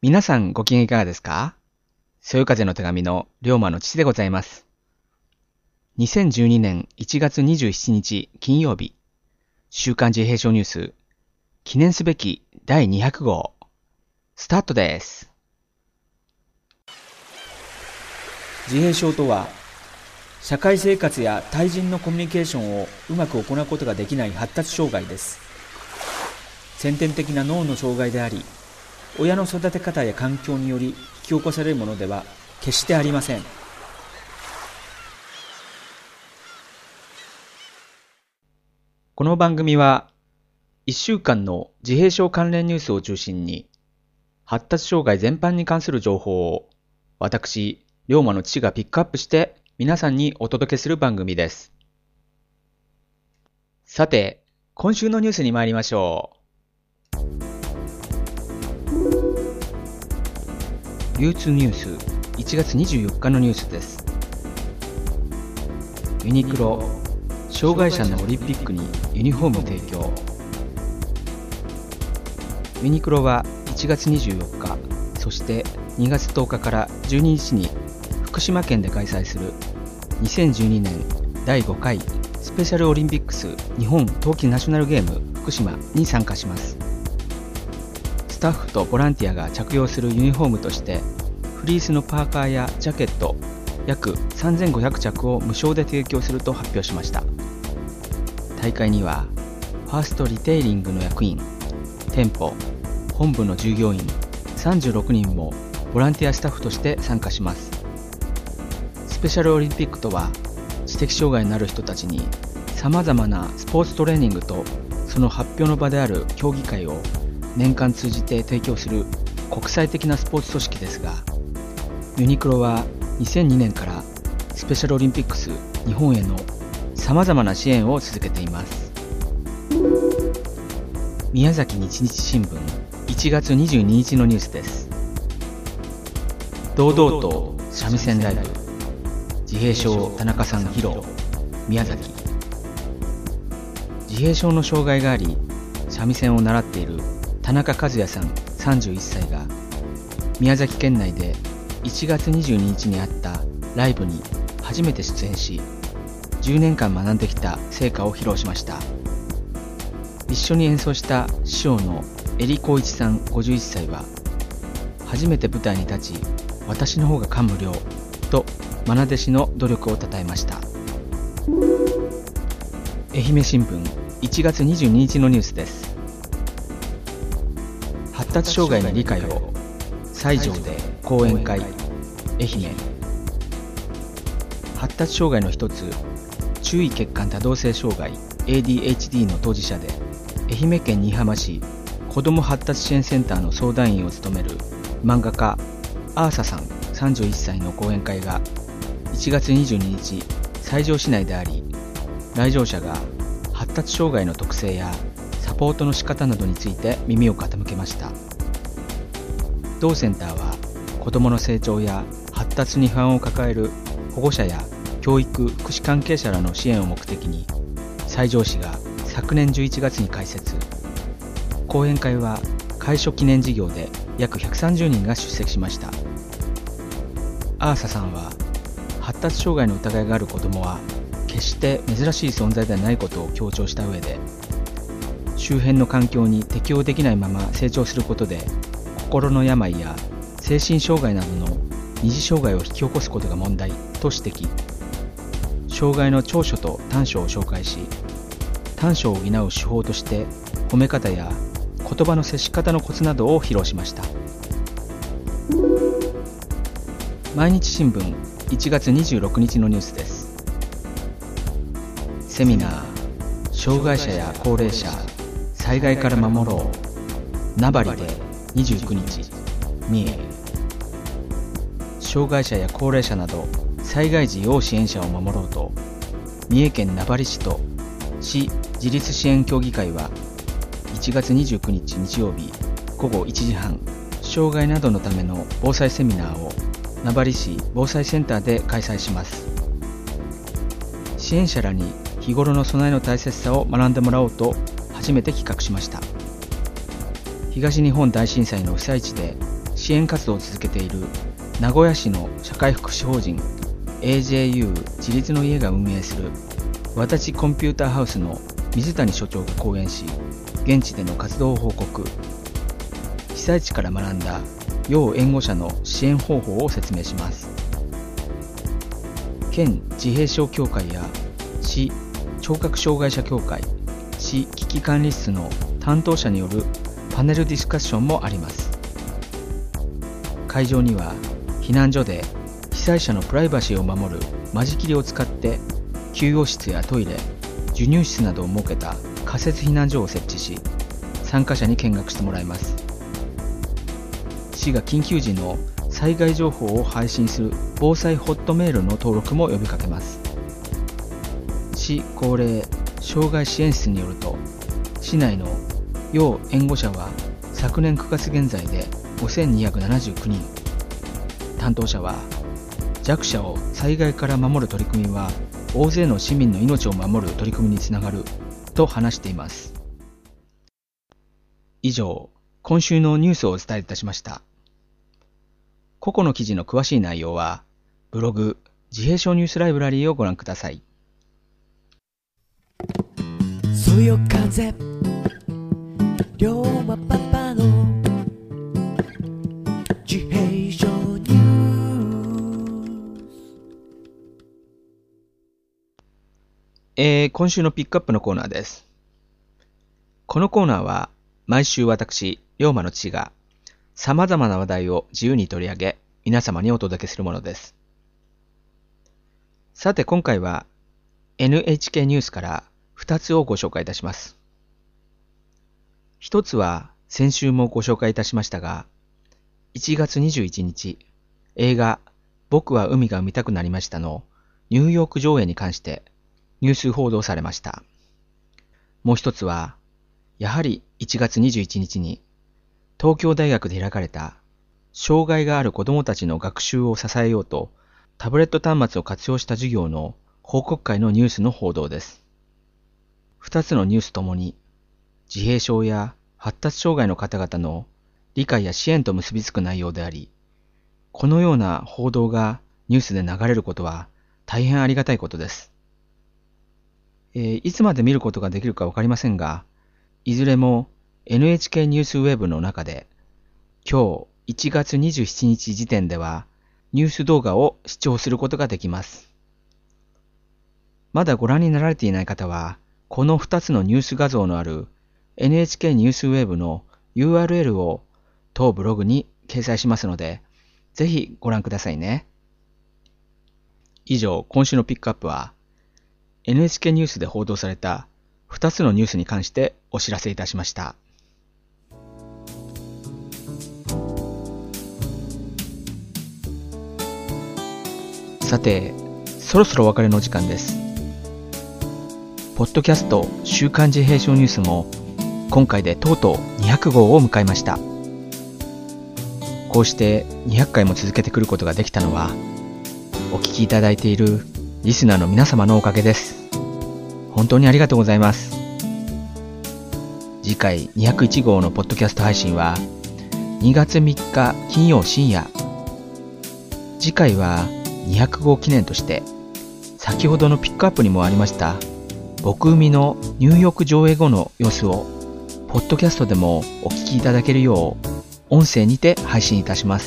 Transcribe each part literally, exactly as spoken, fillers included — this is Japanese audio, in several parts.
皆さんご機嫌いかがですか？そよ風の手紙の龍馬の父でございます。にせんじゅうにねんいちがつにじゅうしちにち金曜日、週刊自閉症ニュース、記念すべきだいにひゃくごう、スタートです。 自閉症とは、社会生活や対人のコミュニケーションをうまく行うことができない発達障害です。先天的な脳の障害であり、親の育て方や環境により引き起こされるものでは決してありません。 この番組はいっしゅうかんの自閉症関連ニュースを中心に、発達障害全般に関する情報を私、龍馬の父がピックアップして皆さんにお届けする番組です。さて、今週のニュースに参りましょう。流通ニュースいちがつにじゅうよっかのニュースです。ユニクロ、障害者のオリンピックにユニフォーム提供。ユニクロはいちがつにじゅうよっか、そしてにがつとおかからじゅうににちに福島県で開催するにせんじゅうにねんだいごかいスペシャルオリンピックス日本冬季ナショナルゲーム福島に参加します。スタッフとボランティアが着用するユニフォームとしてフリースのパーカーやジャケット約さんぜんごひゃくちゃくを無償で提供すると発表しました。大会にはファーストリテイリングの役員、店舗、本部の従業員さんじゅうろくにんもボランティアスタッフとして参加します。スペシャルオリンピックとは知的障害のある人たちにさまざまなスポーツトレーニングとその発表の場である競技会を年間通じて提供する国際的なスポーツ組織ですが、ユニクロはにせんにねんからスペシャルオリンピックス日本へのさまざまな支援を続けています。宮崎日日新聞いちがつにじゅうににちのニュースです。堂々と三味線ライブ、自閉症田中さん披露、宮崎。自閉症の障害があり三味線を習っている田中和也さんさんじゅういっさいが宮崎県内でいちがつにじゅうににちにあったライブに初めて出演し、じゅうねんかん学んできた成果を披露しました。一緒に演奏した師匠の江里光一さんごじゅういっさいは、初めて舞台に立ち私の方が感無量と愛弟子の努力をたたえました。愛媛新聞いちがつにじゅうににちのニュースです。発達障害の理解を西条で講演会、愛媛。発達障害の一つ、注意欠陥多動性障害 エーディーエイチディー の当事者で、愛媛県新居浜市子ども発達支援センターの相談員を務める漫画家アーサさんさんじゅういっさいの講演会がいちがつにじゅうににち西条市内であり、来場者が発達障害の特性やサポートの仕方などについて耳を傾けました。同センターは子どもの成長や発達に不安を抱える保護者や教育・福祉関係者らの支援を目的に西条市が昨年じゅういちがつに開設。講演会は開所記念事業で約ひゃくさんじゅうにんが出席しました。アーサさんは発達障害の疑いがある子どもは決して珍しい存在ではないことを強調した上で、周辺の環境に適応できないまま成長することで心の病や精神障害などの二次障害を引き起こすことが問題と指摘。障害の長所と短所を紹介し、短所を補う手法として褒め方や言葉の接し方のコツなどを披露しました。毎日新聞いちがつにじゅうろくにちのニュースです。セミナー、障害者や高齢者災害から守ろう、名張でにじゅうくにち、三重。障害者や高齢者など災害時要支援者を守ろうと、三重県名張市と市自立支援協議会はいちがつにじゅうくにち日曜日ごごいちじはん、障害などのための防災セミナーを名張市防災センターで開催します。支援者らに日頃の備えの大切さを学んでもらおうと初めて企画しました。東日本大震災の被災地で支援活動を続けている名古屋市の社会福祉法人 エージェーユー 自立の家が運営するわたちコンピューターハウスの水谷所長が講演し、現地での活動を報告。被災地から学んだ要援護者の支援方法を説明します。県自閉症協会や市聴覚障害者協会、市危機管理室の担当者によるパネルディスカッションもあります。会場には避難所で被災者のプライバシーを守る間仕切りを使って給養室やトイレ、授乳室などを設けた仮設避難所を設置し、参加者に見学してもらいます。市が緊急時の災害情報を配信する防災ホットメールの登録も呼びかけます。市高齢障害支援室によると、市内の要援護者は昨年くがつ現在でごせんにひゃくななじゅうきゅうにん。担当者は、弱者を災害から守る取り組みは大勢の市民の命を守る取り組みにつながると話しています。以上、今週のニュースをお伝えいたしました。個々の記事の詳しい内容は、ブログ、自閉症ニュースライブラリーをご覧ください。 そよ風、龍馬パパの自閉症ニュース。 えー、今週のピックアップのコーナーです。このコーナーは、毎週私、龍馬の父が、様々な話題を自由に取り上げ、皆様にお届けするものです。さて今回は、エヌエイチケー ニュースからふたつをご紹介いたします。ひとつは先週もご紹介いたしましたが、いちがつにじゅういちにち、映画、僕は海が見たくなりましたのニューヨーク上映に関してニュース報道されました。もう一つは、やはりいちがつにじゅういちにちに東京大学で開かれた障害がある子どもたちの学習を支えようとタブレット端末を活用した授業の報告会のニュースの報道です。二つのニュースともに自閉症や発達障害の方々の理解や支援と結びつく内容であり、このような報道がニュースで流れることは大変ありがたいことです。えー、いつまで見ることができるかわかりませんが、いずれも エヌエイチケー ニュースウェブの中で、今日いちがつにじゅうしちにち時点ではニュース動画を視聴することができます。まだご覧になられていない方は、このふたつのニュース画像のある エヌエイチケー ニュースウェブの ユーアールエル を当ブログに掲載しますので、ぜひご覧くださいね。以上、今週のピックアップは、エヌエイチケー ニュースで報道されたふたつのニュースに関してお知らせいたしました。さて、そろそろお別れの時間です。ポッドキャスト週刊自閉症ニュースも今回でとうとうにひゃくごうを迎えました。こうしてにひゃっかいも続けてくることができたのは、お聞きいただいているリスナーの皆様のおかげです。本当にありがとうございます。次回にひゃくいちごうのポッドキャスト配信はにがつみっか金曜深夜。次回はにひゃくごう記念として、先ほどのピックアップにもありました僕海のニューヨーク上映後の様子をポッドキャストでもお聞きいただけるよう音声にて配信いたします。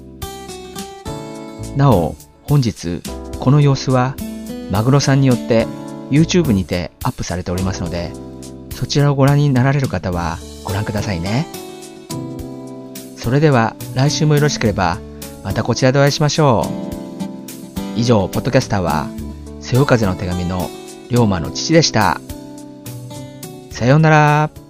なお本日この様子はマグロさんによって YouTube にてアップされておりますので、そちらをご覧になられる方はご覧くださいね。それでは来週もよろしければまたこちらでお会いしましょう。以上、ポッドキャスターはそよ風の手紙の龍馬の父でした。さようなら。